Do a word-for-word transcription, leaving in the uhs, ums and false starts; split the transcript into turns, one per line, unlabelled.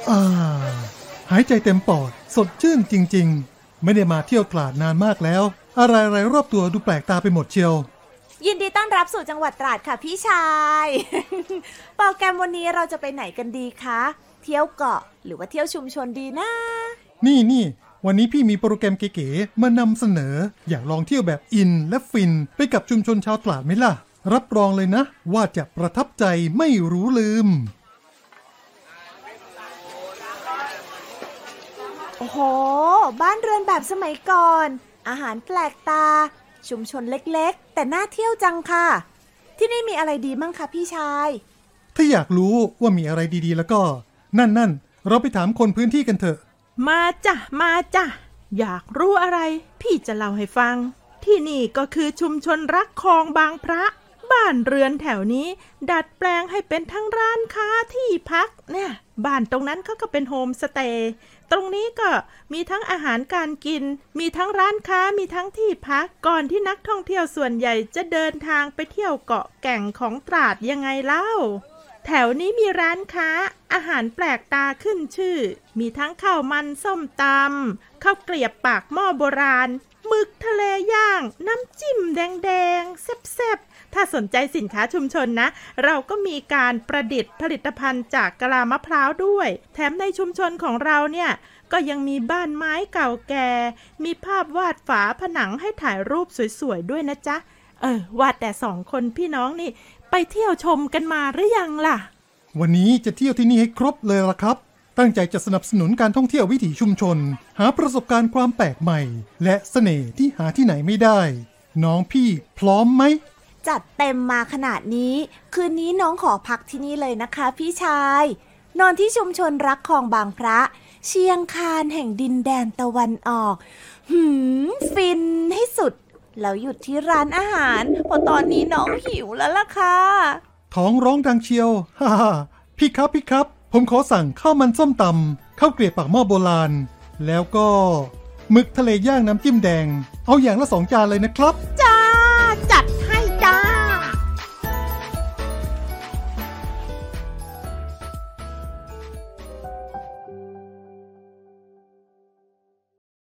อ่าหายใจเต็มปอดสดชื่นจริงๆไม่ได้มาเที่ยวตราดนานมากแล้วอะไรๆรอบตัวดูแปลกตาไปหมดเชียว
ยินดีต้อนรับสู่จังหวัดตราดค่ะพี่ชาย โปรแกรมวันนี้เราจะไปไหนกันดีคะเที่ยวเกาะหรือว่าเที่ยวชุมชนดีนะ
นี่นี่วันนี้พี่มีโปรแกรมเก๋ๆมานำเสนออยากลองเที่ยวแบบอินและฟินไปกับชุมชนชาวตราดไหมล่ะรับรองเลยนะว่าจะประทับใจไม่รู้ลืม
โอ้โหบ้านเรือนแบบสมัยก่อนอาหารแปลกตาชุมชนเล็กๆแต่น่าเที่ยวจังค่ะที่นี่มีอะไรดีมั่งคะพี่ชาย
ถ้าอยากรู้ว่ามีอะไรดีๆแล้วก็นั่นนั่นเราไปถามคนพื้นที่กันเถอะ
มาจ้ะมาจ้ะอยากรู้อะไรพี่จะเล่าให้ฟังที่นี่ก็คือชุมชนรักคลองบางพระบ้านเรือนแถวนี้ดัดแปลงให้เป็นทั้งร้านค้าที่พักเนี่ยบ้านตรงนั้นเขาก็เป็นโฮมสเตย์ตรงนี้ก็มีทั้งอาหารการกินมีทั้งร้านค้ามีทั้งที่พักก่อนที่นักท่องเที่ยวส่วนใหญ่จะเดินทางไปเที่ยวเกาะแก่งของตราดยังไงเล่าแถวนี้มีร้านค้าอาหารแปลกตาขึ้นชื่อมีทั้งข้าวมันส้มตำข้าวเกลียบปากหม้อโบราณหมึกทะเลย่างน้ำจิ้มแดงๆแซ่บๆถ้าสนใจสินค้าชุมชนนะเราก็มีการประดิษฐ์ผลิตภัณฑ์จากกะลามะพร้าวด้วยแถมในชุมชนของเราเนี่ยก็ยังมีบ้านไม้เก่าแก่มีภาพวาดฝาผนังให้ถ่ายรูปสวยๆด้วยนะจ๊ะเออว่าแต่สองคนพี่น้องนี่ไปเที่ยวชมกันมาหรือยังล่ะ
วันนี้จะเที่ยวที่นี่ให้ครบเลยล่ะครับตั้งใจจะสนับสนุนการท่องเที่ยววิถีชุมชนหาประสบการณ์ความแปลกใหม่และเสน่ห์ที่หาที่ไหนไม่ได้น้องพี่พร้อมไหม
จัดเต็มมาขนาดนี้คืนนี้น้องขอพักที่นี่เลยนะคะพี่ชายนอนที่ชุมชนรักคลองบางพระเชียงคานแห่งดินแดนตะวันออกหืมฟินให้สุดแล้วหยุดที่ร้านอาหารเพราะตอนนี้น้องหิวแล้วล่ะค่ะ
ท้องร้องดังเชียวฮ่าฮ่าพี่ครับพี่ครับผมขอสั่งข้าวมันส้มตำข้าวเกลียบปากหม้อโบราณแล้วก็หมึกทะเลย่างน้ำจิ้มแดงเอาอย่างละสองจานเลยนะครับ